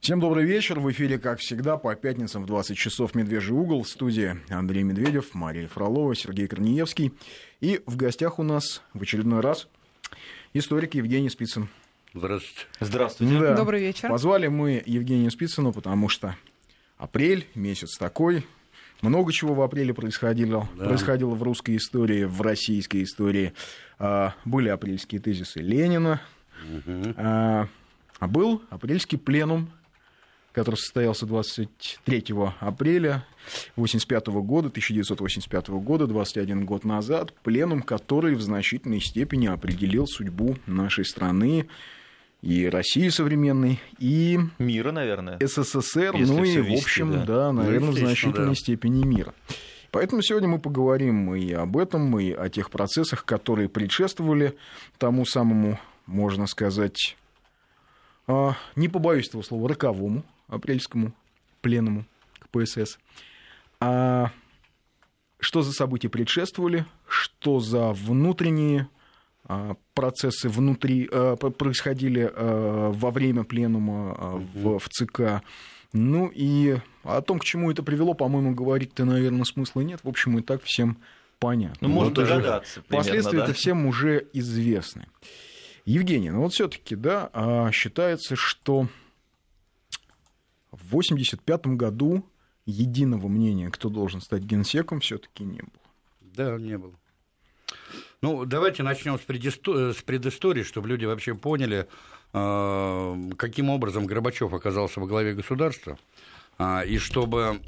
Всем добрый вечер. В эфире, как всегда, по пятницам в 20 часов «Медвежий угол». В студии Андрей Медведев, Мария Фролова, Сергей Корнеевский. И в гостях у нас в очередной раз историк Евгений Спицын. Здравствуйте. Здравствуйте. Да. Добрый вечер. Позвали мы Евгения Спицына, потому что апрель, месяц такой. Много чего в апреле происходило в русской истории, в российской истории. Были апрельские тезисы Ленина, а был апрельский пленум, который состоялся 23 апреля 1985 года, 21 год назад. Пленум, который в значительной степени определил судьбу нашей страны и России современной, и мира, наверное. СССР, ну и, в общем, да, наверное, в значительной степени мира. Поэтому сегодня мы поговорим и об этом, и о тех процессах, которые предшествовали тому самому, можно сказать, не побоюсь этого слова, роковому апрельскому пленуму КПСС. А что за события предшествовали, что за внутренние процессы происходили во время пленума в ЦК. Ну и о том, к чему это привело, по-моему, говорить-то, наверное, смысла нет. В общем, и так всем понятно. Ну, можно догадаться. Последствия да? всем уже известны. Евгений, ну вот все-таки, да, считается, что в 1985 году единого мнения, кто должен стать генсеком, все-таки не было. Да, не было. Ну, давайте начнем с предыстории, чтобы люди вообще поняли, каким образом Горбачев оказался во главе государства, и чтобы,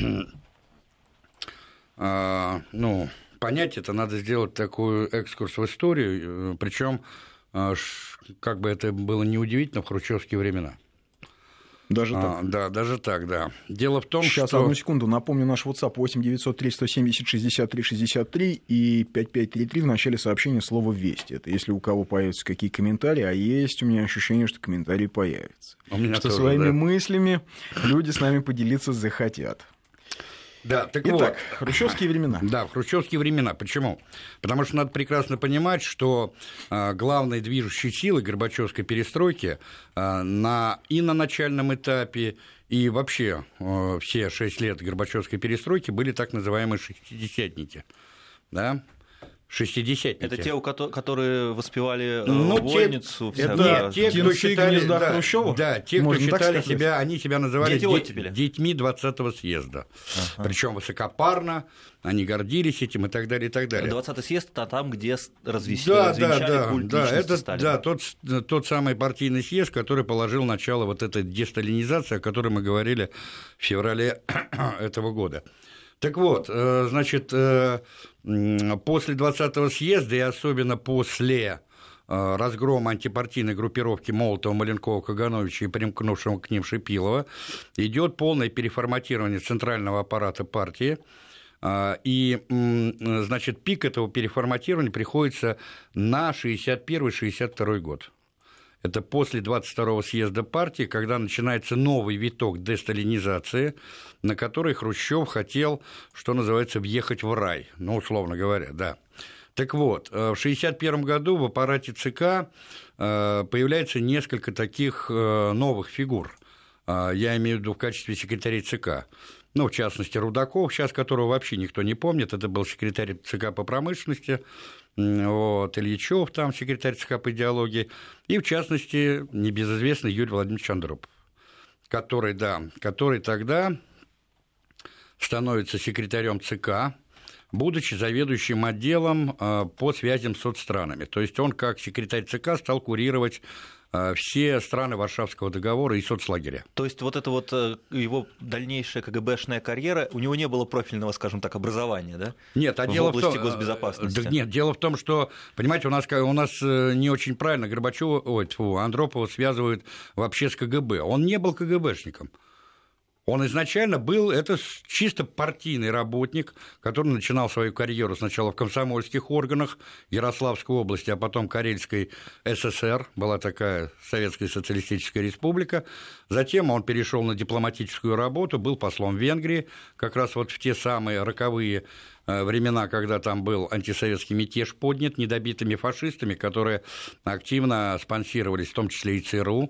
понять это, надо сделать такой экскурс в историю, причем, как бы это было неудивительно, в хрущевские времена. Даже так? Да, даже так, да. Дело в том, Сейчас, что... одну секунду, напомню, наш WhatsApp 8-903-170-63-63 и 5533 в начале сообщения слово «Вести». Это если у кого появятся какие комментарии, а есть у меня ощущение, что комментарии появятся. Что тоже, своими мыслями люди с нами поделиться захотят. Да, так итак, вот. Хрущевские времена. Да, в хрущевские времена. Почему? Потому что надо прекрасно понимать, что главной движущей силой Горбачевской перестройки и на начальном этапе, и вообще все 6 лет Горбачевской перестройки были так называемые шестидесятники. Да? Шестидесятники. Это те, которые воспевали вольницу. Это те, кто считали Хрущёва? Да, те, кто считали себя, они себя называли детьми 20-го съезда. Причем высокопарно, они гордились этим и так далее, и так далее. 20-й съезд — это там, где развенчали культ личности Сталина. Да, тот самый партийный съезд, который положил начало вот этой десталинизации, о которой мы говорили в феврале этого года. Так вот, значит, после 20-го съезда и особенно после разгрома антипартийной группировки Молотова, Маленкова, Кагановича и примкнувшего к ним Шипилова идет полное переформатирование центрального аппарата партии. И, значит, пик этого переформатирования приходится на 61-62 год. Это после 22-го съезда партии, когда начинается новый виток десталинизации, на который Хрущев хотел, что называется, въехать в рай, ну, условно говоря, да. Так вот, в 1961 году в аппарате ЦК появляется несколько таких новых фигур. Я имею в виду в качестве секретарей ЦК. Ну, в частности, Рудаков, сейчас которого вообще никто не помнит, это был секретарь ЦК по промышленности, вот, Ильичев, там секретарь ЦК по идеологии, и, в частности, небезызвестный Юрий Владимирович Андропов, который тогда становится секретарем ЦК, будучи заведующим отделом по связям с соцстранами. То есть он, как секретарь ЦК, стал курировать все страны Варшавского договора и соцлагеря. То есть вот это вот его дальнейшая КГБшная карьера, у него не было профильного, скажем так, образования, да? Нет, в области госбезопасности. Нет, дело в том, что, понимаете, у нас не очень правильно Андропова связывают вообще с КГБ. Он не был КГБшником. Он изначально был, это чисто партийный работник, который начинал свою карьеру сначала в комсомольских органах Ярославской области, а потом Карельской ССР, была такая Советская Социалистическая Республика. Затем он перешел на дипломатическую работу, был послом в Венгрии, как раз вот в те самые роковые времена, когда там был антисоветский мятеж поднят недобитыми фашистами, которые активно спонсировались, в том числе и ЦРУ.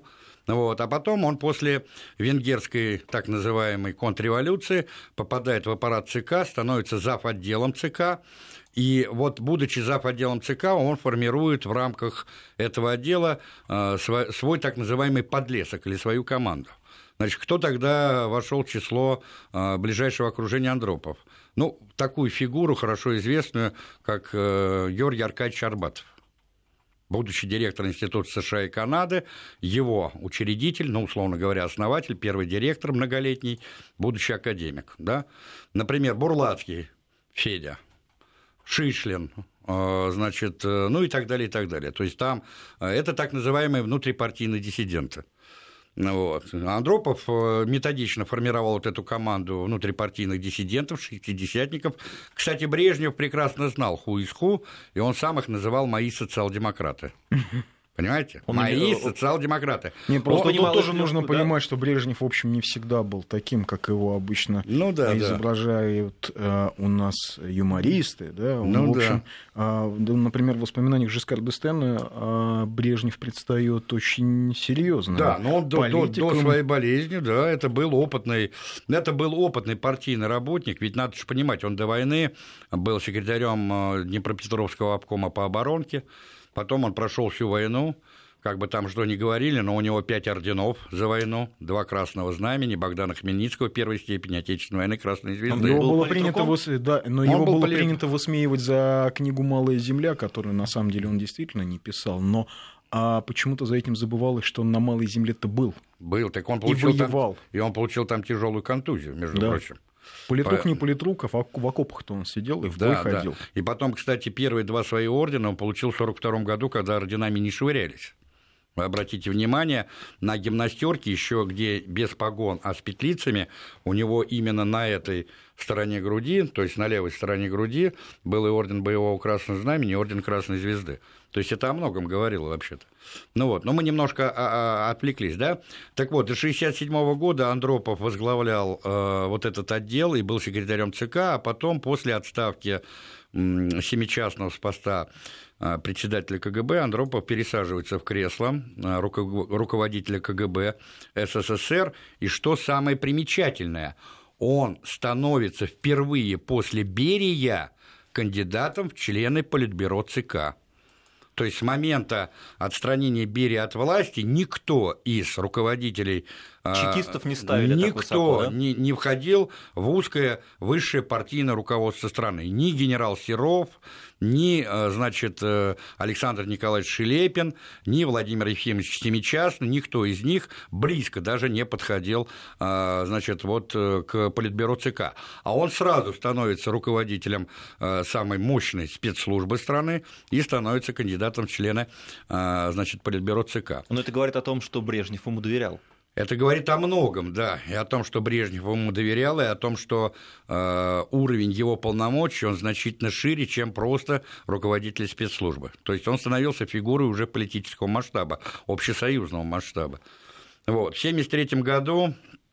Вот. А потом он после венгерской так называемой контрреволюции попадает в аппарат ЦК, становится зав.отделом ЦК. И вот, будучи зав.отделом ЦК, он формирует в рамках этого отдела свой так называемый подлесок или свою команду. Значит, кто тогда вошел в число ближайшего окружения Андропов? Ну, такую фигуру, хорошо известную, как Георгий Аркадьевич Арбатов. Будущий директор Института США и Канады, его учредитель, ну, условно говоря, основатель, первый директор многолетний, будущий академик. Да? Например, Бурлацкий Федя, Шишлин, значит, ну и так далее, и так далее. То есть там это так называемые внутрипартийные диссиденты. Вот. Андропов методично формировал вот эту команду внутрипартийных диссидентов, шестидесятников. Кстати, Брежнев прекрасно знал ху из ху, и он сам их называл «мои социал-демократы». Понимаете? Мои социал-демократы. Нет, просто тут тоже нужно понимать, что Брежнев, в общем, не всегда был таким, как его обычно изображают у нас юмористы. Да? Он, в общем, например, в воспоминаниях Жискар д'Эстена Брежнев предстает очень серьезно. Да, но он до своей болезни, да, это был опытный партийный работник, ведь надо же понимать, он до войны был секретарем Днепропетровского обкома по оборонке. Потом он прошел всю войну, как бы там что ни говорили, но у него 5 орденов за войну, 2 Красного Знамени, Богдана Хмельницкого первой степени, Отечественной войны, Красной Звезды. Его было принято высмеивать за книгу «Малая земля», которую на самом деле он действительно не писал, но почему-то за этим забывалось, что он на Малой земле-то был. Так он получил он получил там тяжелую контузию, между прочим. Политрук не политрук, а в окопах-то он сидел и в бой ходил. Да. И потом, кстати, первые 2 свои ордена он получил в 1942 году, когда орденами не швырялись. Вы обратите внимание, на гимнастерке, еще где без погон, а с петлицами, у него именно на этой стороне груди, то есть на левой стороне груди, был и орден Боевого Красного Знамени, и орден Красной Звезды. То есть это о многом говорило вообще-то. Но мы немножко отвлеклись, да? Так вот, до 1967 года Андропов возглавлял вот этот отдел и был секретарем ЦК, а потом, после отставки семичастного с поста председателя КГБ, Андропов пересаживается в кресло руководителя КГБ СССР, и что самое примечательное, он становится впервые после Берия кандидатом в члены Политбюро ЦК. То есть с момента отстранения Берии от власти никто из руководителей чекистов не ставили так высоко, да? не входил в узкое высшее партийное руководство страны. Ни генерал Серов, ни, значит, Александр Николаевич Шелепин, ни Владимир Ефимович Семичастный, никто из них близко даже не подходил, значит, вот к Политбюро ЦК. А он сразу становится руководителем самой мощной спецслужбы страны и становится кандидатом в члены, значит, Политбюро ЦК. Но это говорит о том, что Брежнев ему доверял. Это говорит о многом, да, и о том, что Брежнев ему доверял, и о том, что уровень его полномочий, он значительно шире, чем просто руководитель спецслужбы. То есть он становился фигурой уже политического масштаба, общесоюзного масштаба. Вот. В 1973 году,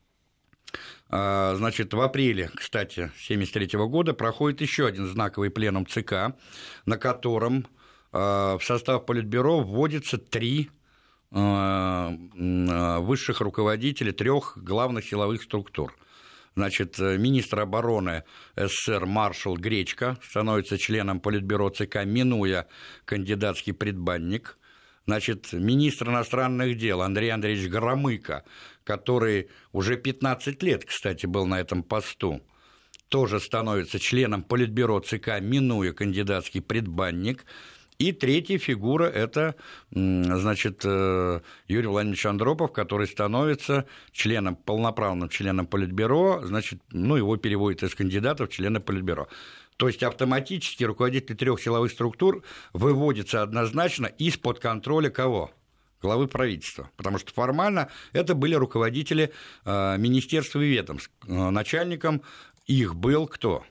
значит, в апреле, кстати, 1973 года проходит еще один знаковый пленум ЦК, на котором в состав Политбюро вводится 3 высших руководителей 3 главных силовых структур. Значит, министр обороны СССР маршал Гречко становится членом Политбюро ЦК, минуя кандидатский предбанник. Значит, министр иностранных дел Андрей Андреевич Громыко, который уже 15 лет, кстати, был на этом посту, тоже становится членом Политбюро ЦК, минуя кандидатский предбанник. И третья фигура – это, значит, Юрий Владимирович Андропов, который становится полноправным членом Политбюро, значит, его переводят из кандидатов в члены Политбюро. То есть автоматически руководитель 3 силовых структур выводится однозначно из-под контроля кого? Главы правительства, потому что формально это были руководители министерств и ведомств. Начальником их был кто?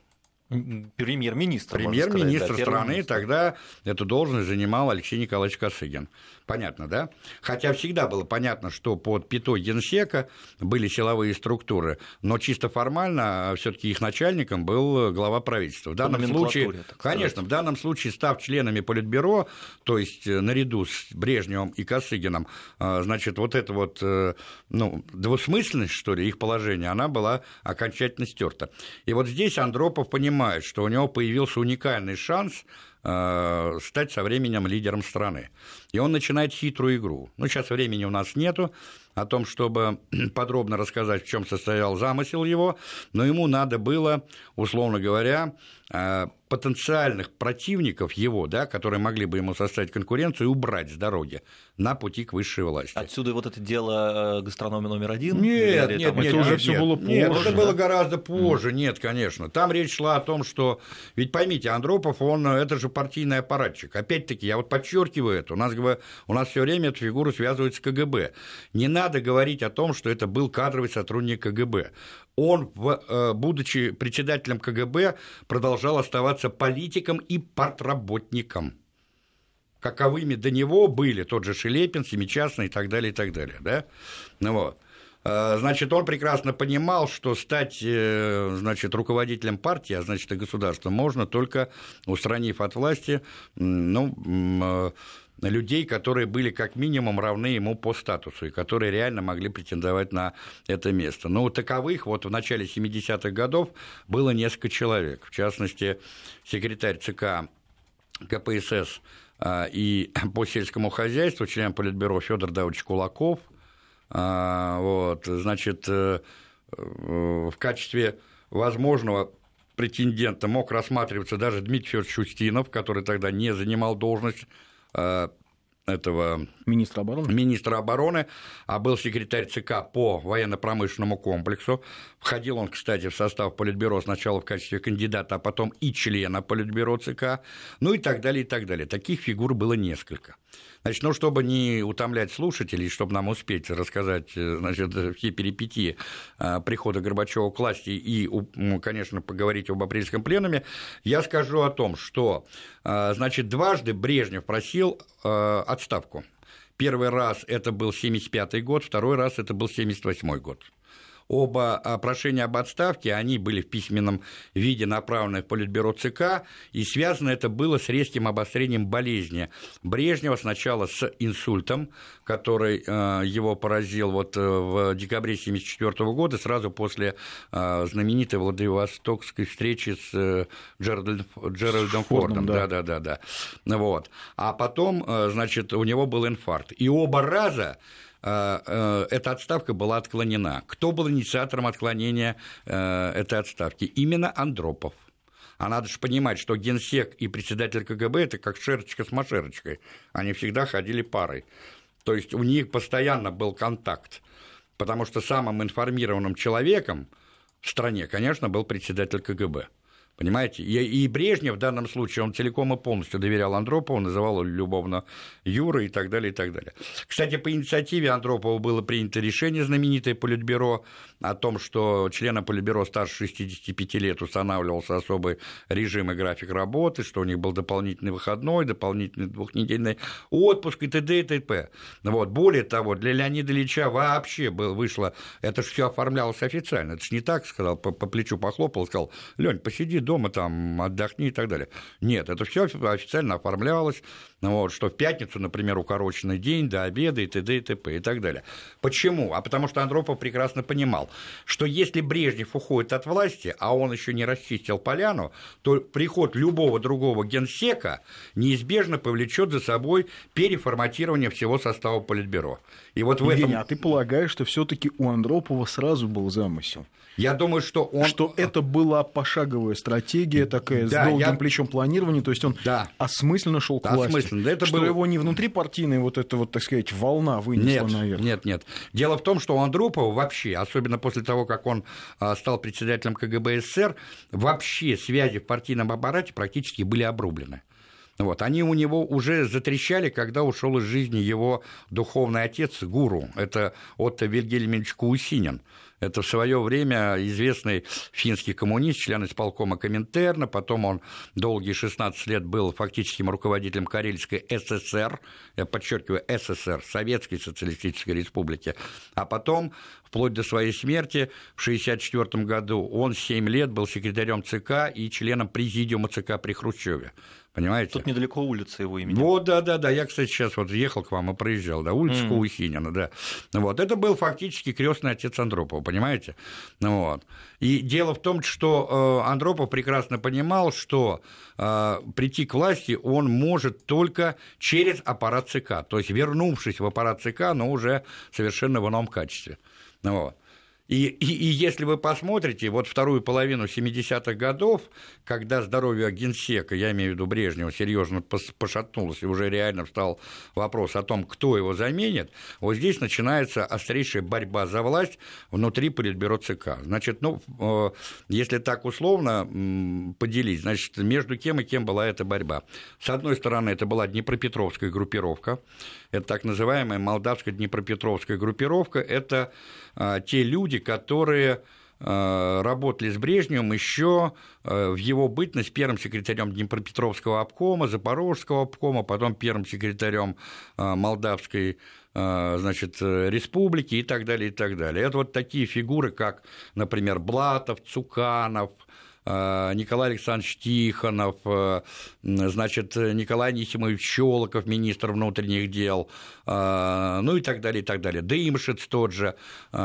Премьер-министр страны, тогда эту должность занимал Алексей Николаевич Косыгин. Понятно, да? Хотя всегда было понятно, что под пятой генсека были силовые структуры, но чисто формально все-таки их начальником был глава правительства. В данном случае, конечно, в данном случае, став членами Политбюро, то есть наряду с Брежневым и Косыгиным, значит, вот эта вот, двусмысленность, что ли, их положения, она была окончательно стерта. И вот здесь Андропов понимает, что у него появился уникальный шанс стать со временем лидером страны. И он начинает хитрую игру. Сейчас времени у нас нету о том, чтобы подробно рассказать, в чем состоял замысел его, но ему надо было, условно говоря, потенциальных противников его, да, которые могли бы ему составить конкуренцию, убрать с дороги на пути к высшей власти. Отсюда вот это дело гастрономии номер один? Нет, это уже все было позже. Нет, это было гораздо позже, нет, конечно. Там речь шла о том, что... Ведь поймите, Андропов, это же партийный аппаратчик. Опять-таки, я вот подчеркиваю это. У нас все время эту фигуру связывают с КГБ. Не надо говорить о том, что это был кадровый сотрудник КГБ. Он, будучи председателем КГБ, продолжал оставаться политиком и партработником. Каковыми до него были тот же Шелепин, Семичастный и так далее, и так далее. Да? Вот. Значит, он прекрасно понимал, что стать, значит, руководителем партии, а значит, и государства, можно только устранив от власти, людей, которые были как минимум равны ему по статусу и которые реально могли претендовать на это место. Но таковых вот в начале 70-х годов было несколько человек. В частности, секретарь ЦК КПСС и по сельскому хозяйству, член Политбюро Федор Давыдович Кулаков. Вот, значит, в качестве возможного претендента мог рассматриваться даже Дмитрий Федорович Устинов, который тогда не занимал должность этого министра обороны, а был секретарь ЦК по военно-промышленному комплексу. Входил он, кстати, в состав Политбюро сначала в качестве кандидата, а потом и члена Политбюро ЦК, и так далее, и так далее. Таких фигур было несколько. Значит, чтобы не утомлять слушателей, чтобы нам успеть рассказать, значит, все перипетии прихода Горбачева к власти и, конечно, поговорить об апрельском пленуме, я скажу о том, что, значит, дважды Брежнев просил отставку. Первый раз это был 1975 год, второй раз это был 1978 год. Оба прошения об отставке, они были в письменном виде направлены в Политбюро ЦК, и связано это было с резким обострением болезни Брежнева, сначала с инсультом, который его поразил вот в декабре 1974 года, сразу после знаменитой Владивостокской встречи с Джеральдом Фордом. Да. Вот. А потом, значит, у него был инфаркт. И оба раза эта отставка была отклонена. Кто был инициатором отклонения этой отставки? Именно Андропов. А надо же понимать, что генсек и председатель КГБ – это как шерочка с машерочкой. Они всегда ходили парой. То есть у них постоянно был контакт. Потому что самым информированным человеком в стране, конечно, был председатель КГБ. Понимаете? И Брежнев в данном случае, он целиком и полностью доверял Андропову, называл его любовно Юра и так далее, и так далее. Кстати, по инициативе Андропова было принято решение знаменитое Политбюро о том, что членам Политбюро старше 65 лет устанавливался особый режим и график работы, что у них был дополнительный выходной, дополнительный двухнедельный отпуск и т.д. и т.п. Вот. Более того, для Леонида Ильича вообще вышло, это же все оформлялось официально, это же не так, сказал, по плечу похлопал, сказал: Лёнь, посиди дома, там, отдохни и так далее. Нет, это все официально оформлялось, вот, что в пятницу, например, укороченный день до обеда и т.д. и т.п. и так далее. Почему? А потому что Андропов прекрасно понимал, что если Брежнев уходит от власти, а он еще не расчистил поляну, то приход любого другого генсека неизбежно повлечет за собой переформатирование всего состава Политбюро. И вот Евгений, а ты полагаешь, что все-таки у Андропова сразу был замысел? Я думаю, что он... Что это была пошаговая стратегия такая, с долгим плечом планирования, то есть он осмысленно шел к власти. Осмысленно. Это что его не внутрипартийная вот эта вот, так сказать, волна вынесла наверх. Нет. Дело в том, что у Андропова вообще, особенно после того, как он стал председателем КГБ СССР, вообще связи в партийном аппарате практически были обрублены. Вот. Они у него уже затрещали, когда ушел из жизни его духовный отец, гуру. Это Отто Вильгельмович Каусинин. Это в свое время известный финский коммунист, член исполкома Коминтерна, потом он долгие 16 лет был фактическим руководителем Карельской ССР, я подчеркиваю, СССР, Советской Социалистической Республики, а потом, вплоть до своей смерти, в 1964 году он 7 лет был секретарем ЦК и членом президиума ЦК при Хрущеве. Понимаете? Тут недалеко улица его имени. Вот, да. Я, кстати, сейчас вот ехал к вам и проезжал, да, улица Каусинина, да. Вот, это был фактически крестный отец Андропова, понимаете? Вот. И дело в том, что Андропов прекрасно понимал, что прийти к власти он может только через аппарат ЦК, то есть вернувшись в аппарат ЦК, но уже совершенно в ином качестве. Вот. И если вы посмотрите, вот вторую половину 70-х годов, когда здоровье генсека, я имею в виду Брежнева, серьезно пошатнулось, и уже реально встал вопрос о том, кто его заменит, вот здесь начинается острейшая борьба за власть внутри Политбюро ЦК. Значит, если так условно поделить, значит, между кем и кем была эта борьба? С одной стороны, это была Днепропетровская группировка, это так называемая молдавская Днепропетровская группировка, это те люди, которые работали с Брежневым еще в его бытность первым секретарем Днепропетровского обкома, Запорожского обкома, потом первым секретарем Молдавской, значит, республики и так далее, и так далее. Это вот такие фигуры, как, например, Блатов, Цуканов, Николай Александрович Тихонов, значит, Николай Анисимович Щелоков, министр внутренних дел, ну и так далее, и так далее. Дымшиц тот же,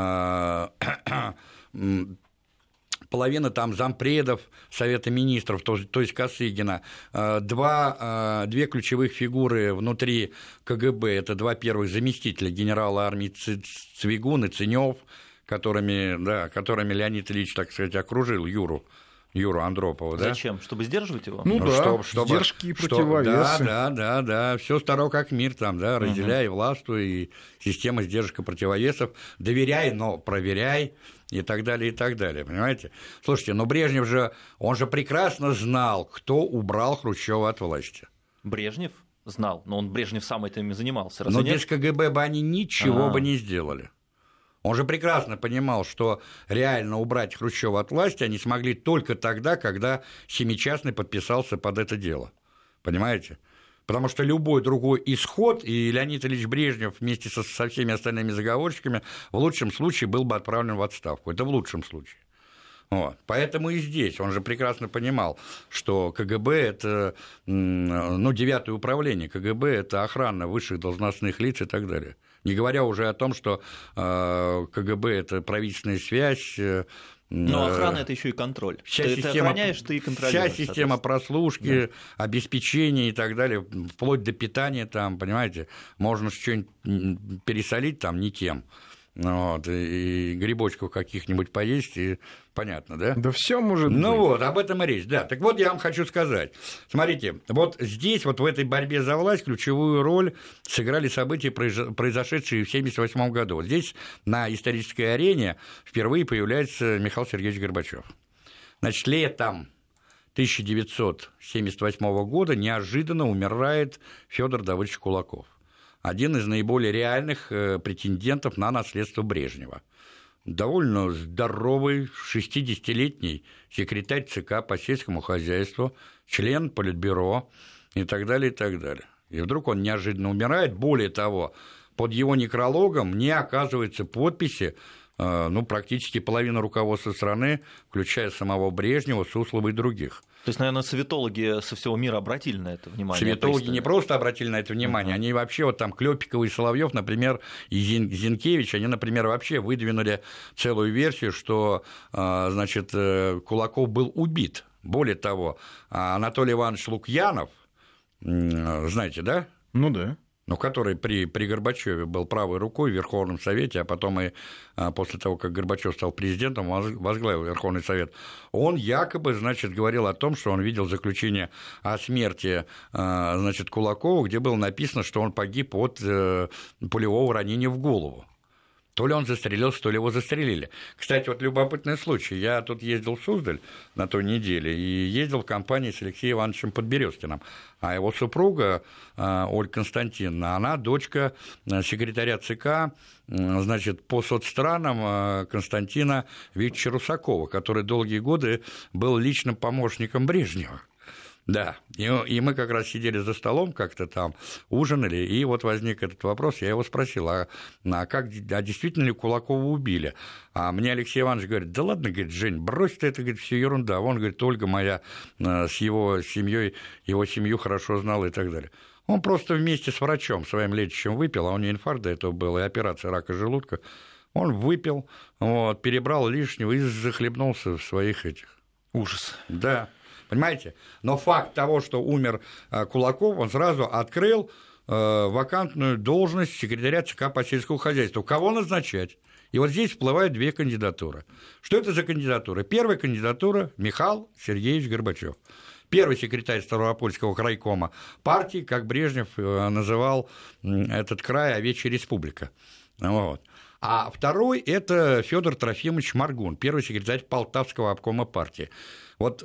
половина там зампредов Совета министров, то есть Косыгина, две ключевых фигуры внутри КГБ, это два первых заместителя генерала армии Цвигун и Ценёв, которыми Леонид Ильич, так сказать, окружил Юру Андропова. Зачем? Да? Чтобы сдерживать его? Чтобы сдержки и противовесы. Да, все старо как мир там, да, разделяй, властвуй, и система сдержек и противовесов, доверяй, но проверяй, и так далее, понимаете? Слушайте, но Брежнев же, он же прекрасно знал, кто убрал Хрущева от власти. Брежнев знал, но Брежнев сам этим и занимался. Но без КГБ бы они ничего бы не сделали. Он же прекрасно понимал, что реально убрать Хрущева от власти они смогли только тогда, когда Семичастный подписался под это дело. Понимаете? Потому что любой другой исход, и Леонид Ильич Брежнев вместе со всеми остальными заговорщиками в лучшем случае был бы отправлен в отставку. Это в лучшем случае. Вот. Поэтому и здесь он же прекрасно понимал, что КГБ – это, девятое управление, КГБ – это охрана высших должностных лиц и так далее. Не говоря уже о том, что КГБ – это правительственная связь. Но охрана – это еще и контроль. Ты охраняешь, ты и контролируешь. Вся система прослушки, обеспечения и так далее, вплоть до питания, там, понимаете, можно что-нибудь пересолить там не тем. Вот, и грибочков каких-нибудь поесть, и понятно, да? Да все может быть. Вот, об этом и речь, да. Так вот, я вам хочу сказать. Смотрите, вот здесь, вот в этой борьбе за власть ключевую роль сыграли события, произошедшие в 1978 году. Вот здесь, на исторической арене, впервые появляется Михаил Сергеевич Горбачев. Значит, летом 1978 года неожиданно умирает Федор Давыдович Кулаков. Один из наиболее реальных претендентов на наследство Брежнева. Довольно здоровый, 60-летний секретарь ЦК по сельскому хозяйству, член Политбюро и так далее, и так далее. И вдруг он неожиданно умирает. Более того, под его некрологом не оказывается подписи практически половина руководства страны, включая самого Брежнева, Суслова и других. То есть, наверное, советологи со всего мира обратили на это внимание? Советологи не просто обратили на это внимание, они вообще, вот там Клёпиков и Соловьев, например, и Зинкевич, они, например, вообще выдвинули целую версию, что, значит, Кулаков был убит. Более того, Анатолий Иванович Лукьянов, знаете, да? Ну да. Который при Горбачеве был правой рукой в Верховном Совете, а потом и после того, как Горбачев стал президентом, возглавил Верховный Совет, он якобы, значит, говорил о том, что он видел заключение о смерти, значит, Кулакова, где было написано, что он погиб от пулевого ранения в голову. то ли он застрелился, то ли его застрелили. Кстати, вот любопытный случай. Я тут ездил в Суздаль на той неделе и ездил в компании с Алексеем Ивановичем Подберезкиным. А его супруга Ольга Константиновна, она дочка секретаря ЦК, значит, по соцстранам Константина Викторовича Русакова, который долгие годы был личным помощником Брежнева. Да, и мы как раз сидели за столом, как-то там ужинали, и вот возник этот вопрос, я его спросил, а действительно ли Кулакова убили? А мне Алексей Иванович говорит, да ладно, говорит, Жень, брось ты, это, говорит, все ерунда, он, говорит, Ольга моя с его семьей, его семью хорошо знала и так далее. Он просто вместе с врачом своим лечащим выпил, а у него инфаркт до этого был, и операция рака желудка, он выпил, вот, перебрал лишнего и захлебнулся в своих этих. Ужас. Да. Понимаете? Но факт того, что умер Кулаков, он сразу открыл вакантную должность секретаря ЦК по сельскому хозяйству. Кого назначать? И вот здесь всплывают две кандидатуры. Что это за кандидатура? Первая кандидатура – Михаил Сергеевич Горбачев. Первый секретарь Ставропольского крайкома партии, как Брежнев называл этот край «Овечья республика». Вот. А второй – это Федор Трофимович Моргун, первый секретарь Полтавского обкома партии. Вот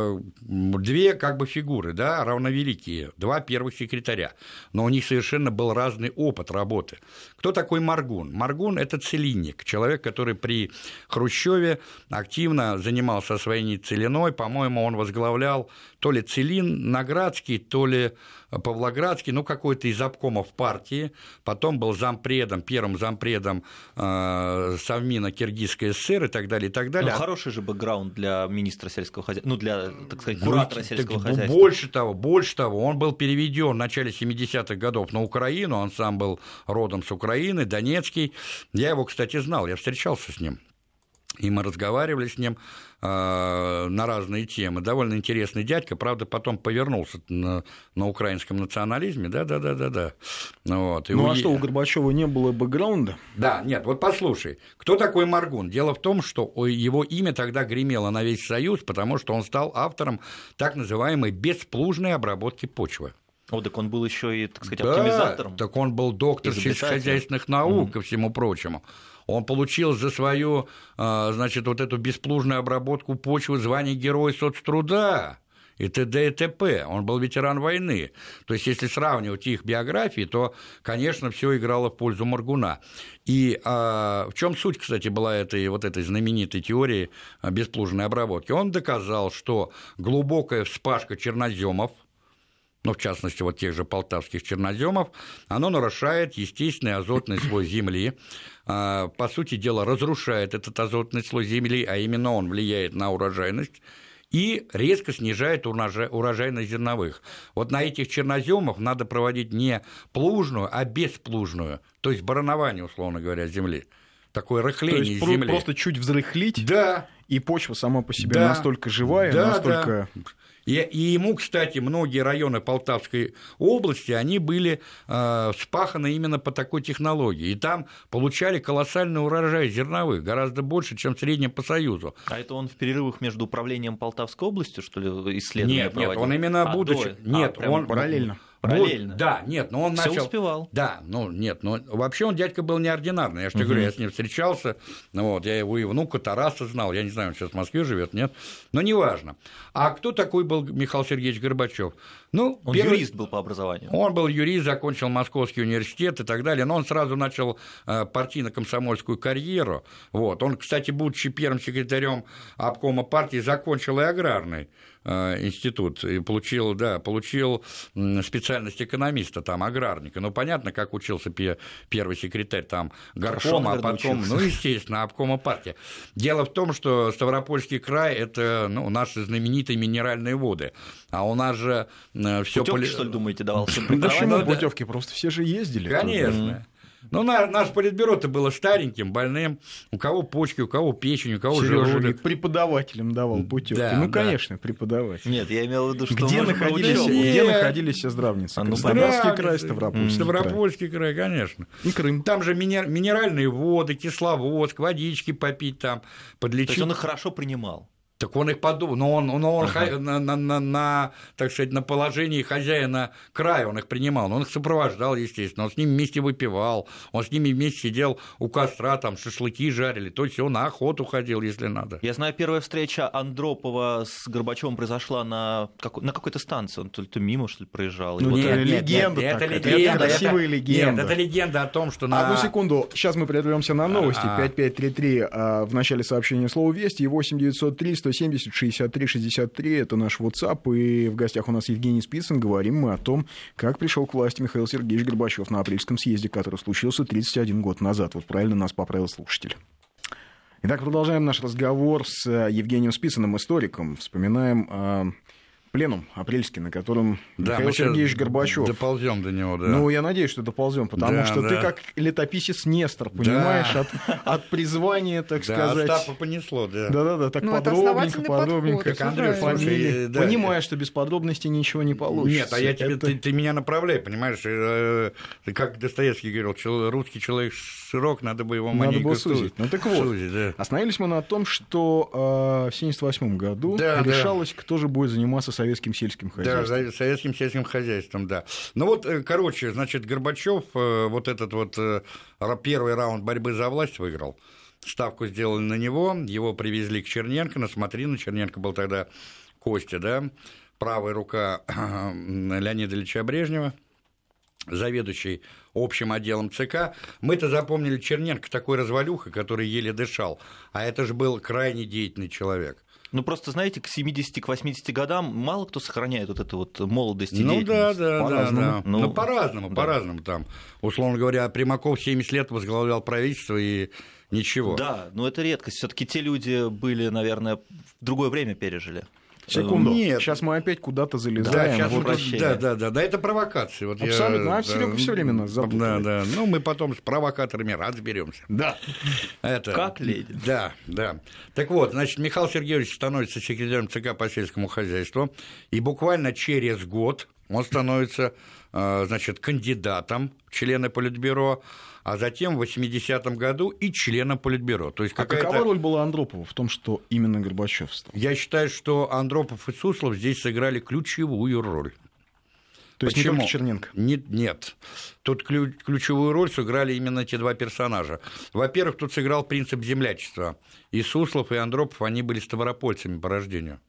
две как бы фигуры, да, равновеликие, два первых секретаря, но у них совершенно был разный опыт работы. Кто такой Моргун? Моргун – это целинник, человек, который при Хрущеве активно занимался освоением целиной, по-моему, он возглавлял то ли Целиноградский, то ли Павлоградский, ну, какой-то из обкомов партии, потом был зампредом, первым зампредом Совмина Киргизской ССР и так далее, и так далее. Ну, хороший же бэкграунд для министра сельского хозяйства, ну, для, так сказать, куратора сельского хозяйства. Больше того, он был переведен в начале 70-х годов на Украину, он сам был родом с Украины, донецкий. Я его, кстати, знал, я встречался с ним. И мы разговаривали с ним на разные темы. Довольно интересный дядька, правда, потом повернулся на украинском национализме. Да. Вот. Ну, а что, у Горбачева не было бэкграунда? Да, нет, вот послушай, кто такой Моргун? Дело в том, что его имя тогда гремело на весь Союз, потому что он стал автором так называемой бесплужной обработки почвы. О, так он был еще и, так сказать, оптимизатором. Так он был доктор сельскохозяйственных наук, ко всему прочему. Он получил за свою, значит, вот эту бесплужную обработку почвы звание Героя соцтруда и т.д. и т.п. Он был ветеран войны. То есть, если сравнивать их биографии, то, конечно, все играло в пользу Моргуна. И в чем суть, кстати, была этой знаменитой теории бесплужной обработки? Он доказал, что глубокая вспашка черноземов, ну, в частности, вот тех же полтавских черноземов, оно нарушает естественный азотный слой земли, по сути дела, разрушает этот азотный слой земли, а именно он влияет на урожайность, и резко снижает урожайность зерновых. Вот на этих черноземах надо проводить не плужную, а бесплужную, то есть баранование, условно говоря, земли. Такое рыхление земли. Просто чуть взрыхлить, да. И почва сама по себе настолько живая, настолько... Да. И ему, кстати, многие районы Полтавской области, они были вспаханы именно по такой технологии. И там получали колоссальный урожай зерновых, гораздо больше, чем в среднем по Союзу. А это он в перерывах между управлением Полтавской областью, что ли, исследования проводил? Нет, он именно будучи... Нет, он параллельно. Параллельно. Да, нет, но он всё начал... успевал. Да, вообще он дядька был неординарный, я же тебе говорю, я с ним встречался, вот, я его и внука Тараса знал, я не знаю, он сейчас в Москве живет, нет, но неважно. А кто такой был Михаил Сергеевич Горбачев? Он юрист был по образованию. Он был юрист, закончил Московский университет и так далее, но он сразу начал партийно-комсомольскую карьеру. Вот. Он, кстати, будучи первым секретарем обкома партии, закончил и аграрный институт и получил специальность экономиста, там, аграрника. Ну, понятно, как учился первый секретарь там горкома, а потом, естественно, обкома партии. Дело в том, что Ставропольский край – это наши знаменитые минеральные воды, а у нас же все путевки, что ли, думаете, давал всем преподавателям? Почему путевки? Просто все же ездили. Конечно. Ну, наше политбюро-то было стареньким, больным, у кого почки, у кого печень, у кого желудок. Преподавателям давал путевки. Да, конечно, преподаватель. Нет, я имел в виду, что где находились все здравницы? Краснодарский край, Ставропольский край, конечно. И Крым. Там же минеральные воды, Кисловодск, водички попить там, подлечить. То есть он их хорошо принимал. Так он их подумал, но он так сказать, на положении хозяина края он их принимал, он их сопровождал, естественно, он с ними вместе выпивал, он с ними вместе сидел у костра, там шашлыки жарили, то есть он на охоту ходил, если надо. Я знаю, первая встреча Андропова с Горбачевым произошла на какой-то станции, он то мимо, что ли, проезжал. Ну, это легенда, это красивая легенда. Нет, это легенда о том, что Одну секунду, сейчас мы прервемся на новости, 5533 в начале сообщения слово «Вести» и 8903 170 63 63, это наш WhatsApp, и в гостях у нас Евгений Спицын. Говорим мы о том, как пришел к власти Михаил Сергеевич Горбачев на апрельском съезде, который случился 31 год назад. Вот правильно нас поправил слушатель. Итак, продолжаем наш разговор с Евгением Спицыным, историком. Вспоминаем пленум апрельский, на котором Михаил Сергеевич Горбачев. Доползем до него, да. Ну, я надеюсь, что доползем, потому что ты как летописец Нестор, понимаешь, от призвания, так сказать. Остапа понесло, да. Да, так подробненько. Понимаешь, что без подробностей ничего не получится. Нет, ты меня направляй, понимаешь, как Достоевский говорил, русский человек широк, надо бы его маленько сузить. Ну так вот, остановились мы на том, что в 1978 году решалось, кто же будет заниматься советским сельским хозяйством. Да, советским сельским хозяйством, да. Ну вот, короче, значит, Горбачев вот этот вот первый раунд борьбы за власть выиграл. Ставку сделали на него, его привезли к Черненко, на Смотрину. Черненко был тогда Костя, да, правая рука Леонида Ильича Брежнева, заведующий общим отделом ЦК. Мы-то запомнили Черненко такой развалюхой, который еле дышал, а это же был крайне деятельный человек. Ну, просто, знаете, к 70-80 годам мало кто сохраняет вот эту вот молодость и деятельность. Да. Ну, по-разному там. Условно говоря, Примаков 70 лет возглавлял правительство и ничего. Да, но это редкость. Все-таки те люди были, наверное, в другое время пережили. Секунду. Нет. Сейчас мы опять куда-то залезаем. Да, это провокации. Вот абсолютно. Серега все время нас запутывает. Да. Ну, мы потом с провокаторами разберемся. Да. Как Ленин. Да. Так вот, значит, Михаил Сергеевич становится секретарем ЦК по сельскому хозяйству, и буквально через год он становится, значит, кандидатом в члены Политбюро, а затем в 80-м году и членом Политбюро. То есть какова роль была Андропова в том, что именно Горбачев стал? Я считаю, что Андропов и Суслов здесь сыграли ключевую роль. То есть не только Черненко? Нет. Тут ключевую роль сыграли именно эти два персонажа. Во-первых, тут сыграл принцип землячества. И Суслов, и Андропов, они были ставропольцами по рождению.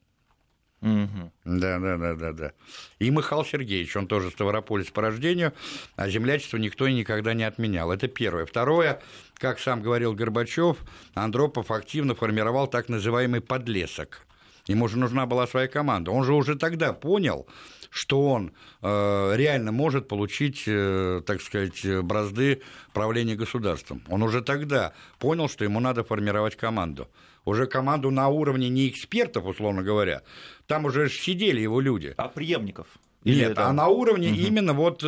Угу. Да. И Михаил Сергеевич, он тоже ставропольец по рождению, а землячество никто и никогда не отменял. Это первое. Второе, как сам говорил Горбачев, Андропов активно формировал так называемый подлесок. Ему же нужна была своя команда. Он же уже тогда понял, что он реально может получить, так сказать, бразды правления государством. Он уже тогда понял, что ему надо формировать команду. Уже команду на уровне не экспертов, условно говоря, там уже сидели его люди. А преемников? Нет, а на уровне именно вот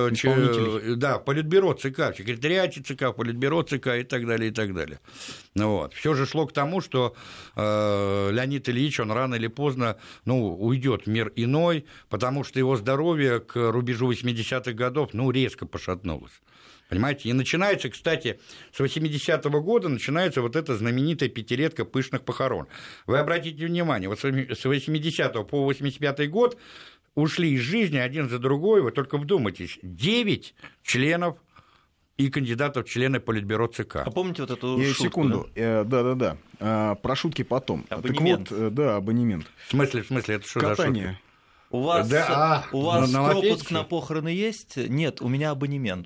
Политбюро ЦК, в секретариате ЦК, Политбюро ЦК и так далее, и так далее. Ну, вот. Все же шло к тому, что Леонид Ильич, он рано или поздно уйдет в мир иной, потому что его здоровье к рубежу 80-х годов резко пошатнулось. Понимаете? И начинается, кстати, с 80-го года начинается вот эта знаменитая пятилетка пышных похорон. Вы обратите внимание, вот с 80 по 85 год ушли из жизни один за другой, вы только вдумайтесь, 9 членов и кандидатов в члены Политбюро ЦК. А помните вот эту шутку? Секунду, да. Про шутки потом. Абонемент. Так вот, абонемент. В смысле, это что за шутка? У вас пропуск на похороны есть? Нет, у меня абонемент.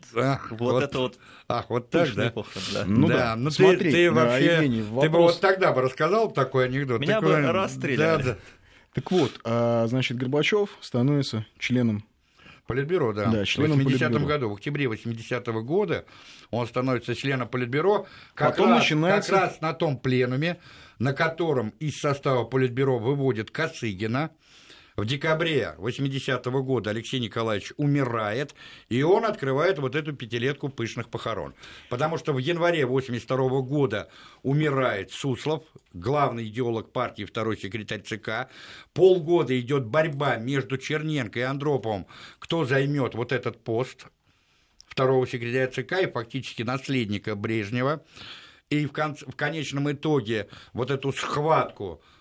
Вот так, да? Похороны, да. Смотри, ты вообще, Евгений, ты бы вот тогда бы рассказал такой анекдот. Меня бы расстреляли. Да. Так вот, значит, Горбачев становится членом Политбюро, да. В 80-м году, в октябре 80-го года он становится членом Политбюро, как раз на том пленуме, на котором из состава Политбюро выводят Косыгина. В декабре 80-го года Алексей Николаевич умирает, и он открывает вот эту пятилетку пышных похорон. Потому что в январе 82-го года умирает Суслов, главный идеолог партии, второй секретарь ЦК. Полгода идет борьба между Черненко и Андроповым, кто займет вот этот пост второго секретаря ЦК и фактически наследника Брежнева. И в конечном итоге вот эту схватку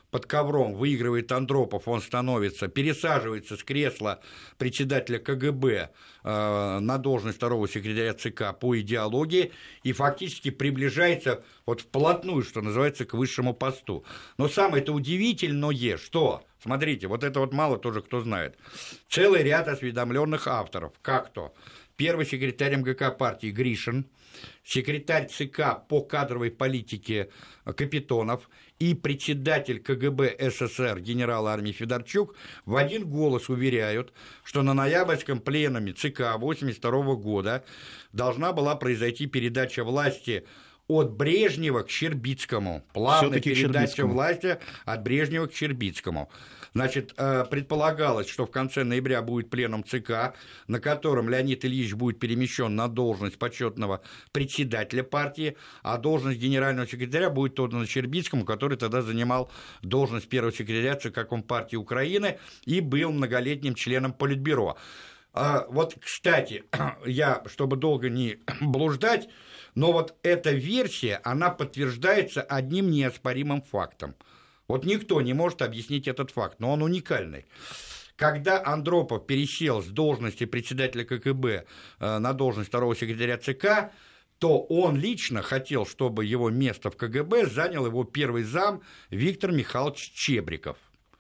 под ковром выигрывает Андропов, он пересаживается с кресла председателя КГБ на должность второго секретаря ЦК по идеологии и фактически приближается вот вплотную, что называется, к высшему посту. Но самое-то удивительное, что, смотрите, вот это вот мало тоже кто знает, целый ряд осведомленных авторов, как то первый секретарь МГК партии Гришин, секретарь ЦК по кадровой политике Капитонов и председатель КГБ СССР генерал армии Федорчук в один голос уверяют, что на ноябрьском пленуме ЦК 1982 года должна была произойти передача власти от Брежнева к Щербицкому. Плавная передача власти от Брежнева к Щербицкому. Значит, предполагалось, что в конце ноября будет пленум ЦК, на котором Леонид Ильич будет перемещен на должность почетного председателя партии, а должность генерального секретаря будет отдана Щербицкому, который тогда занимал должность первого секретаря ЦК Компартии Украины и был многолетним членом Политбюро. Вот, кстати, я, чтобы долго не блуждать, но вот эта версия, она подтверждается одним неоспоримым фактом. Вот никто не может объяснить этот факт, но он уникальный. Когда Андропов пересел с должности председателя КГБ на должность второго секретаря ЦК, то он лично хотел, чтобы его место в КГБ занял его первый зам Виктор Михайлович Чебриков.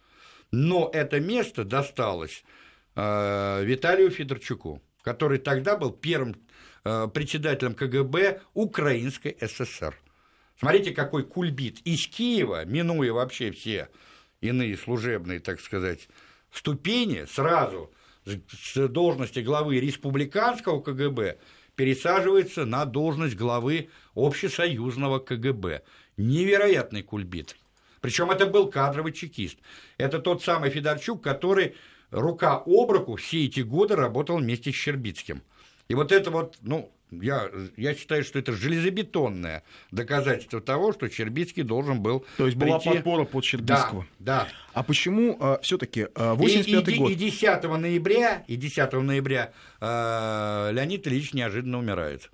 Но это место досталось Виталию Федорчуку, который тогда был первым председателем КГБ Украинской ССР. Смотрите, какой кульбит. Из Киева, минуя вообще все иные служебные, так сказать, ступени, сразу с должности главы республиканского КГБ пересаживается на должность главы общесоюзного КГБ. Невероятный кульбит. Причем это был кадровый чекист. Это тот самый Федорчук, который рука об руку все эти годы работал вместе с Щербицким. И вот это вот, я считаю, что это железобетонное доказательство того, что Щербицкий должен был То есть была подпора под Щербицкого. Да. А почему все-таки 85-й год? И 10 ноября Леонид Ильич неожиданно умирает.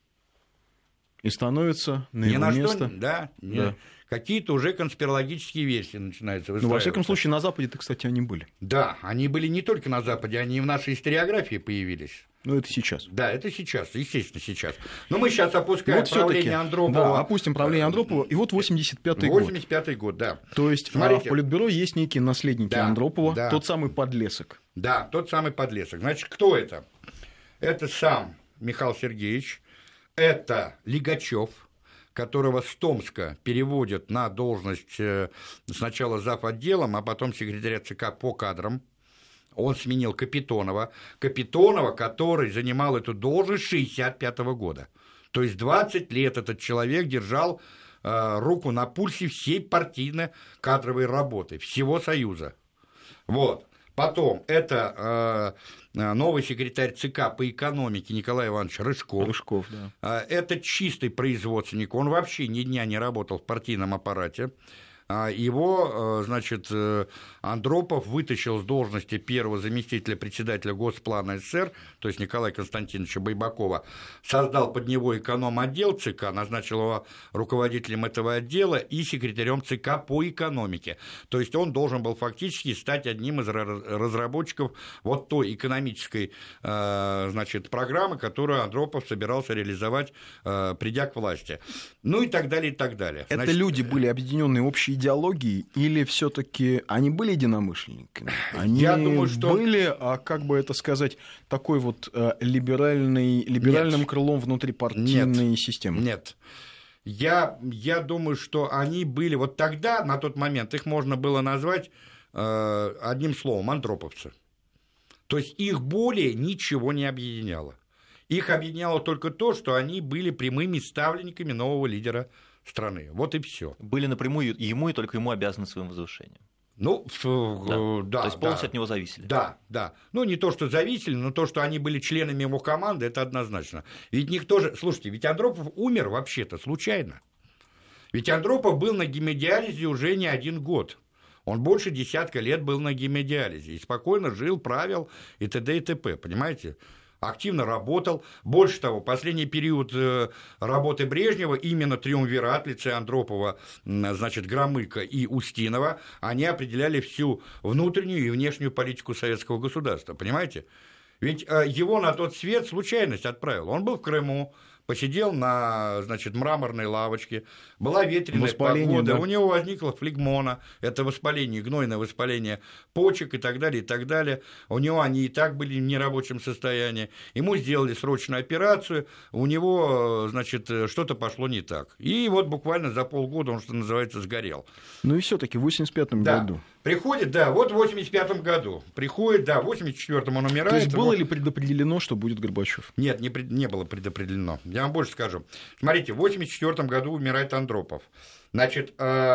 И становится на его место. Да. Какие-то уже конспирологические версии начинаются выстраиваться. Во всяком случае, на Западе-то, кстати, они были. Да, они были не только на Западе, они и в нашей историографии появились. Ну, это сейчас. Да, это сейчас, естественно, сейчас. Но мы сейчас опускаем правление Андропова. Да, опустим правление Андропова. И вот 85-й год. 85-й год, да. То есть в Политбюро есть некие наследники Андропова, тот самый подлесок. Да, тот самый подлесок. Значит, кто это? Это сам Михаил Сергеевич, это Лигачев, которого с Томска переводят на должность сначала зав.отделом, а потом секретаря ЦК по кадрам. Он сменил Капитонова, который занимал эту должность с 1965 года. То есть 20 лет этот человек держал руку на пульсе всей партийно-кадровой работы, всего Союза. Вот. Потом это новый секретарь ЦК по экономике Николай Иванович Рыжков. Да. Это чистый производственник, он вообще ни дня не работал в партийном аппарате. Его, значит, Андропов вытащил с должности первого заместителя председателя Госплана СССР, то есть Николая Константиновича Байбакова, создал под него эконом-отдел ЦК, назначил его руководителем этого отдела и секретарем ЦК по экономике. То есть он должен был фактически стать одним из разработчиков вот той экономической, значит, программы, которую Андропов собирался реализовать, придя к власти. Ну и так далее, и так далее. Это люди были объединенные общей идеологией, или все-таки они были единомышленниками? Они были, как бы это сказать, такой вот либеральным крылом внутрипартийной системы? Нет. Я думаю, что они были вот тогда, на тот момент, их можно было назвать одним словом — андроповцы. То есть их более ничего не объединяло. Их объединяло только то, что они были прямыми ставленниками нового лидера страны. Вот и все. Были напрямую ему и только ему обязаны своим возвышением. Да. То есть полностью от него зависели. Да. Ну, не то, что зависели, но то, что они были членами его команды, это однозначно. Ведь никто же... Слушайте, ведь Андропов умер вообще-то случайно. Ведь Андропов был на гемодиализе уже не 1 год. Он больше 10 лет был на гемодиализе и спокойно жил, правил и т.д. и т.п., понимаете? активно работал. Больше того, последний период работы Брежнева, именно триумвират в лице Андропова, значит, Громыка и Устинова, они определяли всю внутреннюю и внешнюю политику советского государства, понимаете? Ведь его на тот свет случайность отправила. Он был в Крыму, посидел на, значит, мраморной лавочке, была ветреная погода, да. У него возникла флегмона, это воспаление, гнойное воспаление почек и так далее, и так далее. У него они и так были в нерабочем состоянии. Ему сделали срочную операцию, у него, значит, что-то пошло не так. И вот буквально за полгода он, что называется, сгорел. Ну и все-таки в 85-м году. Приходит, да, вот в 85-м году. Приходит, да, в 84-м он умирает. То есть было ли предопределено, что будет Горбачев? Нет, не было предопределено. Я вам больше скажу. Смотрите, в 84-м году умирает Андропов. Значит,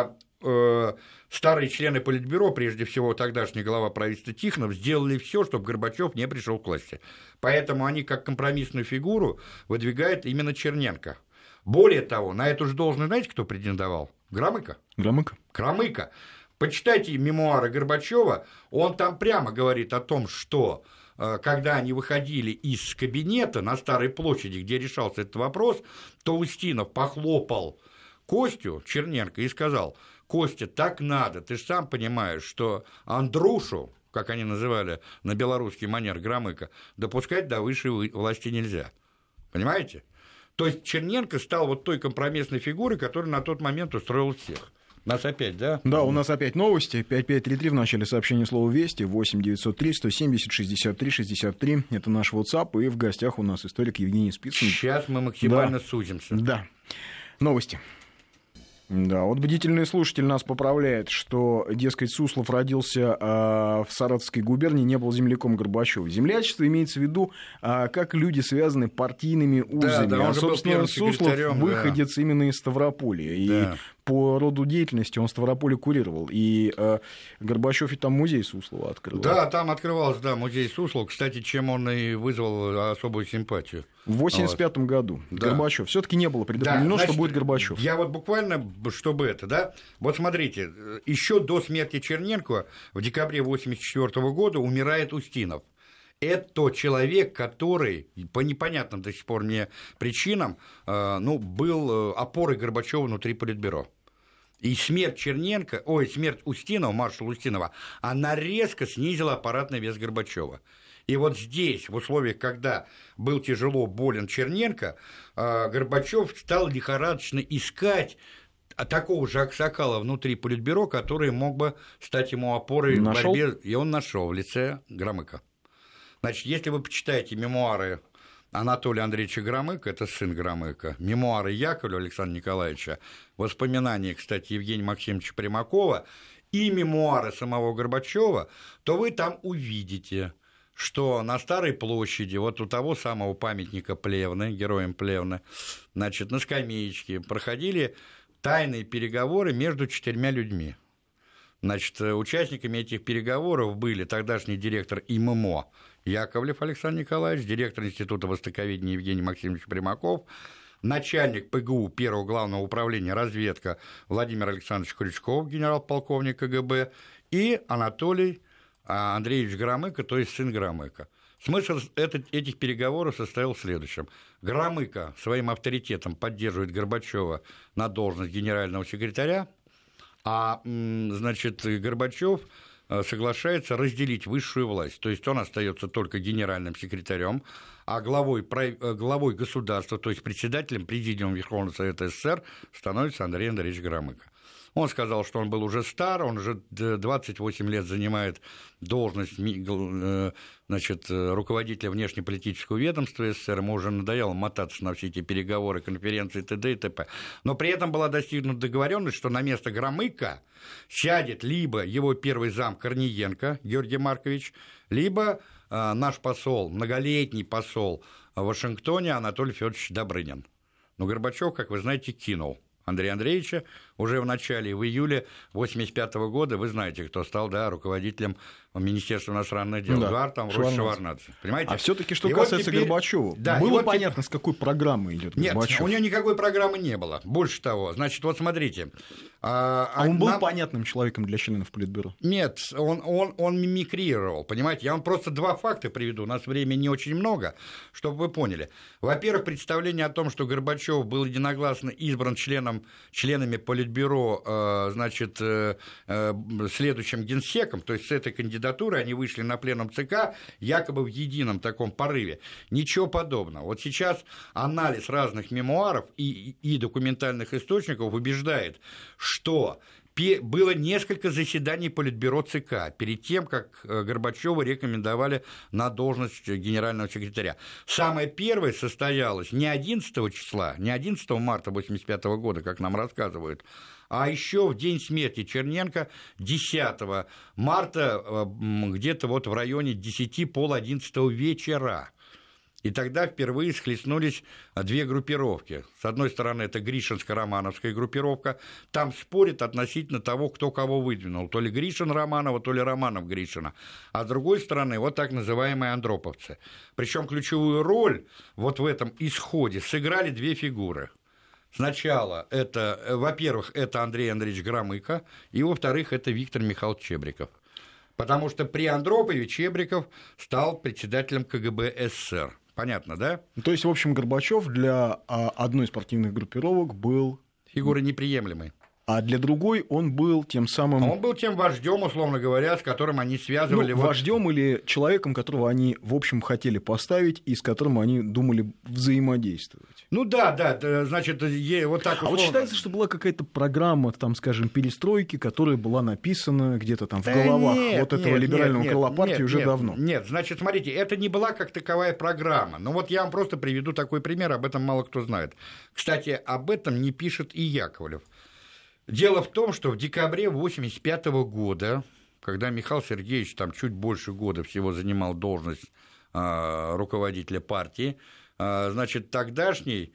старые члены Политбюро, прежде всего тогдашний глава правительства Тихонов, сделали все, чтобы Горбачев не пришел к власти. Поэтому они как компромиссную фигуру выдвигают именно Черненко. Более того, на эту же должность, знаете, кто претендовал? Громыко. Громыко. Почитайте мемуары Горбачева, он там прямо говорит о том, что когда они выходили из кабинета на Старой площади, где решался этот вопрос, то Устинов похлопал Костю Черненко и сказал: «Костя, так надо, ты же сам понимаешь, что Андрушу, как они называли на белорусский манер Громыка, допускать до высшей власти нельзя». Понимаете? То есть Черненко стал вот той компромиссной фигурой, которая на тот момент устроила всех. У нас опять, да? Да, у нас опять новости. 5533 в начале сообщения слова «Вести», 8-903 170 63 63. Это наш WhatsApp, и в гостях у нас историк Евгений Спицын. Сейчас мы максимально сузимся. Да. Новости. Да, вот бдительный слушатель нас поправляет, что, дескать, Суслов родился в Саратовской губернии, не был земляком Горбачева. Землячество имеется в виду, как люди связаны партийными узами. Да, а, собственно, Суслов выходец именно из Ставрополя. Да. И по роду деятельности он Ставрополе курировал. И Горбачев и там музей Суслова открыл. Да, там открывался, да, музей Суслова. Кстати, чем он и вызвал особую симпатию. В 85-м году Горбачев. Все-таки не было предопределено, что будет Горбачев. Я вот буквально, чтобы это, да, вот смотрите, еще до смерти Черненко в декабре 1984 года умирает Устинов. Это человек, который по непонятным до сих пор мне причинам был опорой Горбачева внутри Политбюро. И смерть смерть Устинова, маршала Устинова, она резко снизила аппаратный вес Горбачева. И вот здесь, в условиях, когда был тяжело болен Черненко, Горбачев стал лихорадочно искать такого же аксакала внутри Политбюро, который мог бы стать ему опорой в борьбе. И он нашел в лице Громыка. Значит, если вы почитаете мемуары Анатолия Андреевича Громыка, это сын Громыка, мемуары Яковлева Александра Николаевича, воспоминания, кстати, Евгения Максимовича Примакова и мемуары самого Горбачева, то вы там увидите, что на Старой площади, вот у того самого памятника Плевны, героям Плевны, значит, на скамеечке проходили тайные переговоры между 4 людьми. Значит, участниками этих переговоров были тогдашний директор ИММО Яковлев Александр Николаевич, директор Института востоковедения Евгений Максимович Примаков, начальник ПГУ Первого главного управления разведка Владимир Александрович Крючков, генерал-полковник КГБ, и Анатолий Андреевич Громыко, то есть сын Громыко. Смысл этих переговоров состоял в следующем. Громыко своим авторитетом поддерживает Горбачева на должность генерального секретаря, а, значит, Горбачев соглашается разделить высшую власть. То есть он остается только генеральным секретарем, а главой государства, то есть председателем Президиума Верховного Совета СССР становится Андрей Андреевич Громыко. Он сказал, что он был уже стар, он уже 28 лет занимает должность, значит, руководителя внешнеполитического ведомства СССР, ему уже надоело мотаться на все эти переговоры, конференции, т.д. и т.п. Но при этом была достигнута договоренность, что на место Громыка сядет либо его первый зам Корниенко Георгий Маркович, либо наш посол, многолетний посол в Вашингтоне Анатолий Федорович Добрынин. Но Горбачев, как вы знаете, кинул Андрея Андреевича уже в начале, в июле 1985 года, вы знаете, кто стал руководителем Министерства иностранных дел, Эдуард Шеварднадзе. Понимаете? А все-таки, что касается Горбачева, было понятно, с какой программой идет Горбачев? Нет, у него никакой программы не было. Больше того, значит, вот смотрите. Он был понятным человеком для членов Политбюро? Нет, он мимикрировал, понимаете? Я вам просто два факта приведу, у нас времени не очень много, чтобы вы поняли. Во-первых, представление о том, что Горбачев был единогласно избран членами Политбюро, значит, следующим генсеком, то есть с этой кандидатурой они вышли на пленум ЦК якобы в едином таком порыве. Ничего подобного. Вот сейчас анализ разных мемуаров и документальных источников убеждает, что было несколько заседаний Политбюро ЦК перед тем, как Горбачёва рекомендовали на должность генерального секретаря. Самое первое состоялось не 11 числа, не 11 марта 1985 года, как нам рассказывают, а еще в день смерти Черненко 10 марта, где-то вот в районе 10-11 вечера. И тогда впервые схлестнулись две группировки. С одной стороны, это Гришинско-Романовская группировка. Там спорят относительно того, кто кого выдвинул. То ли Гришин Романова, то ли Романов Гришина. А с другой стороны, вот так называемые андроповцы. Причем ключевую роль вот в этом исходе сыграли две фигуры. Сначала это, во-первых, это Андрей Андреевич Громыко, и, во-вторых, это Виктор Михайлович Чебриков. Потому что при Андропове Чебриков стал председателем КГБ СССР. Понятно, да? То есть, в общем, Горбачев для одной из партийных группировок был... Фигурой неприемлемой. А для другой он был тем самым... Он был тем вождем, условно говоря, с которым они связывали... Вождем или человеком, которого они, в общем, хотели поставить и с которым они думали взаимодействовать. Значит, вот так условно... А вот считается, что была какая-то программа, там, скажем, перестройки, которая была написана где-то там в головах этого либерального крыла партии уже давно. Нет, значит, смотрите, это не была как таковая программа. Но вот я вам просто приведу такой пример, об этом мало кто знает. Кстати, об этом не пишет и Яковлев. Дело в том, что в декабре 1985 года, когда Михаил Сергеевич там чуть больше года всего занимал должность руководителя партии, значит, тогдашний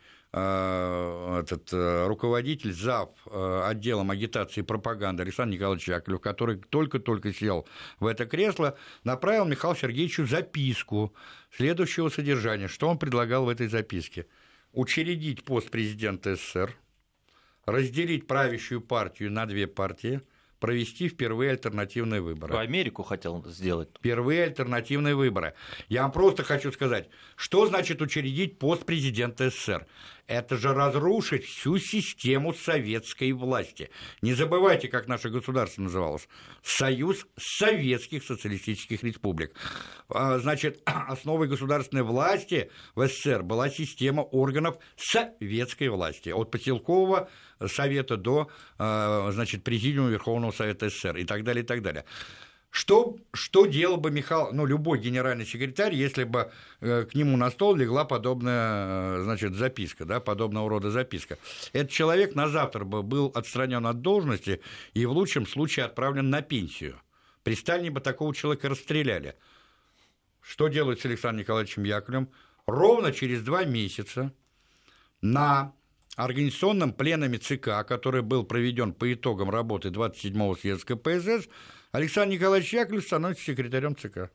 руководитель зав. Отделом агитации и пропаганды Александр Николаевич Яковлев, который только-только сел в это кресло, направил Михаилу Сергеевичу записку следующего содержания. Что он предлагал в этой записке? Учредить пост президента СССР, разделить правящую партию на две партии, провести впервые альтернативные выборы. В Америку хотел сделать. Впервые альтернативные выборы. Я вам просто хочу сказать, что значит учредить пост президента СССР? Это же разрушить всю систему советской власти. Не забывайте, как наше государство называлось. Союз Советских Социалистических Республик. Значит, основой государственной власти в СССР была система органов советской власти. От Поселкового совета до, значит, Президиума Верховного Совета СССР и так далее, и так далее. Что делал бы любой генеральный секретарь, если бы к нему на стол легла подобная, значит, записка, да, подобного рода записка? Этот человек на завтра бы был отстранен от должности и в лучшем случае отправлен на пенсию. При Сталине бы такого человека расстреляли. Что делают с Александром Николаевичем Яковлевым? Ровно через 2 месяца на организационном пленуме ЦК, который был проведен по итогам работы 27-го съезда КПСС, Александр Николаевич Яковлев становится секретарем ЦК.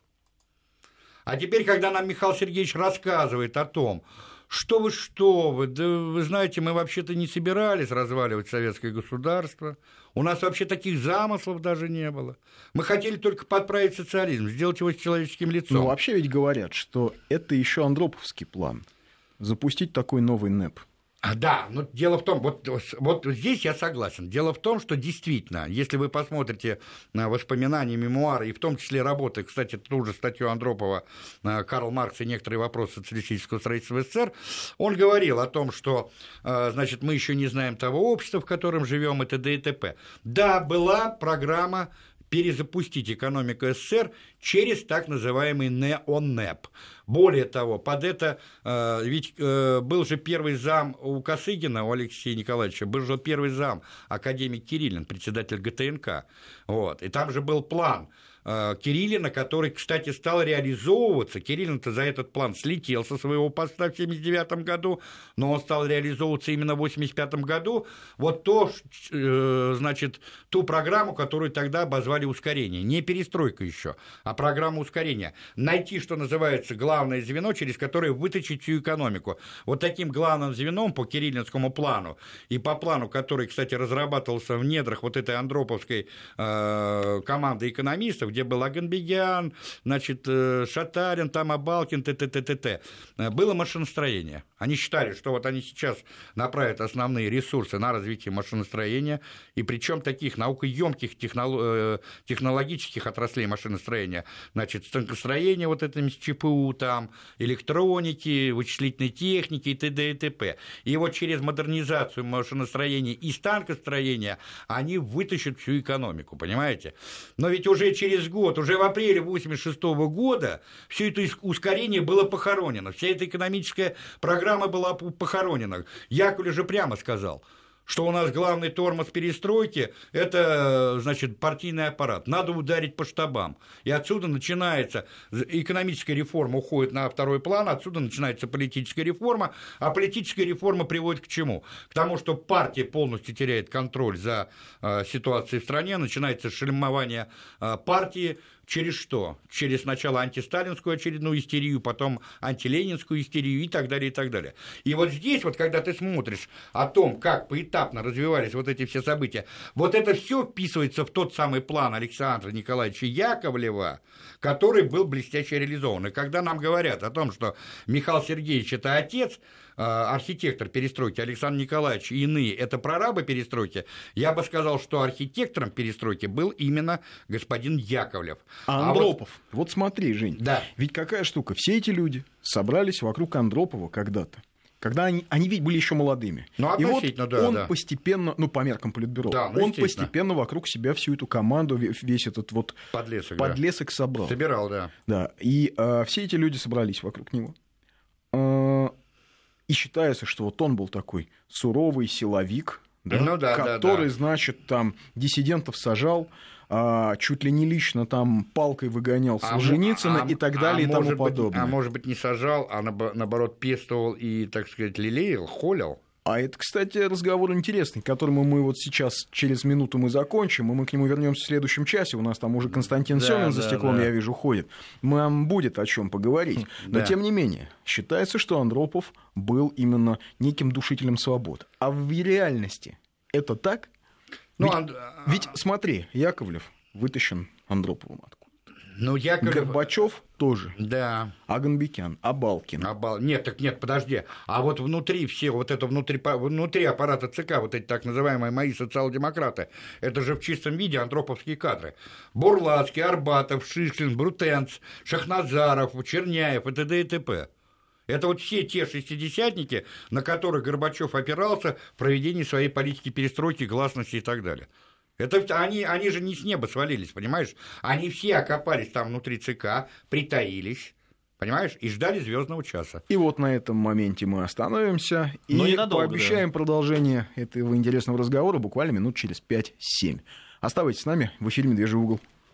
А теперь, когда нам Михаил Сергеевич рассказывает о том, что вы, да вы знаете, мы вообще-то не собирались разваливать советское государство, у нас вообще таких замыслов даже не было. Мы хотели только подправить социализм, сделать его с человеческим лицом. Но вообще ведь говорят, что это еще андроповский план – запустить такой новый НЭП. Да, но дело в том, вот здесь я согласен. Дело в том, что действительно, если вы посмотрите на воспоминания, мемуары, и в том числе работы, кстати, ту же статью Андропова «Карл Маркс и некоторые вопросы социалистического строительства СССР», он говорил о том, что, значит, мы еще не знаем того общества, в котором живем, и т.д. и т.п. Да, была программа перезапустить экономику СССР через так называемый неонеп. Более того, под это, ведь был же первый зам у Косыгина, у Алексея Николаевича, был же первый зам, академик Кириллин, председатель ГТНК. Вот. И там же был план Кириллина, который, кстати, стал реализовываться. Кириллин-то за этот план слетел со своего поста в 1979 году, но он стал реализовываться именно в 1985 году. Вот значит, ту программу, которую тогда обозвали ускорение. Не перестройка еще, а программа ускорения. Найти, что называется, главное звено, через которое вытащить всю экономику. Вот таким главным звеном по кириллинскому плану и по плану, который, кстати, разрабатывался в недрах вот этой андроповской команды экономистов, где был Аганбегян, значит, Шатарин, там Абалкин, т.т. Было машиностроение. Они считали, что вот они сейчас направят основные ресурсы на развитие машиностроения, и причем таких наукоемких технологических отраслей машиностроения, значит, станкостроение вот этим с ЧПУ, там, электроники, вычислительной техники и т.д. и т.п. И вот через модернизацию машиностроения и станкостроения они вытащат всю экономику, понимаете? Но ведь уже через год, уже в апреле 1986 года все это ускорение было похоронено, вся эта экономическая программа была похоронена. Яковлев же прямо сказал, что у нас главный тормоз перестройки – это, значит, партийный аппарат. Надо ударить по штабам. И отсюда начинается экономическая реформа, уходит на второй план, отсюда начинается политическая реформа, а политическая реформа приводит к чему? К тому, что партия полностью теряет контроль за ситуацией в стране, начинается шельмование партии. Через что? Через сначала антисталинскую очередную истерию, потом антиленинскую истерию и так далее, и так далее. И вот здесь, вот, когда ты смотришь о том, как поэтапно развивались вот эти все события, вот это все вписывается в тот самый план Александра Николаевича Яковлева, который был блестяще реализован. И когда нам говорят о том, что Михаил Сергеевич – это отец, архитектор перестройки, Александр Николаевич и иные – это прорабы перестройки, я бы сказал, что архитектором перестройки был именно господин Яковлев. А Андропов, вот смотри, Жень, да. Ведь какая штука, все эти люди собрались вокруг Андропова когда-то, когда они ведь были еще молодыми. Ну, и вот он постепенно, ну, по меркам Политбюро, он постепенно вокруг себя всю эту команду, весь этот вот подлесок собрал. Собирал, да. Да, и все эти люди собрались вокруг него. И считается, что вот он был такой суровый силовик, который, значит, там диссидентов сажал, чуть ли не лично там палкой выгонял Солженицына и так далее и тому подобное. А может быть, не сажал, а наоборот пестовал и, так сказать, лелеял, холил? А это, кстати, разговор интересный, который мы вот сейчас через минуту мы закончим, и мы к нему вернемся в следующем часе. У нас там уже Константин Семин за стеклом, я вижу, ходит. Нам будет о чем поговорить. Но, тем не менее, считается, что Андропов был именно неким душителем свобод. А в реальности это так? Ведь смотри, Яковлев вытащен Андроповым откуда? Ну, Горбачев тоже. Да. Аганбекян, Абалкин. Нет, подожди. А вот внутри все, вот это внутри аппарата ЦК, вот эти так называемые мои социал-демократы, это же в чистом виде андроповские кадры. Бурлацкий, Арбатов, Шишлин, Брутенц, Шахназаров, Черняев и т.д. и т.п. Это вот все те шестидесятники, на которых Горбачев опирался в проведении своей политики перестройки, гласности и так далее. Это они же не с неба свалились, понимаешь? Они все окопались там внутри ЦК, притаились, понимаешь, и ждали звездного часа. И вот на этом моменте мы остановимся и пообещаем продолжение этого интересного разговора буквально минут через 5-7. Оставайтесь с нами, в эфире «Медвежий угол».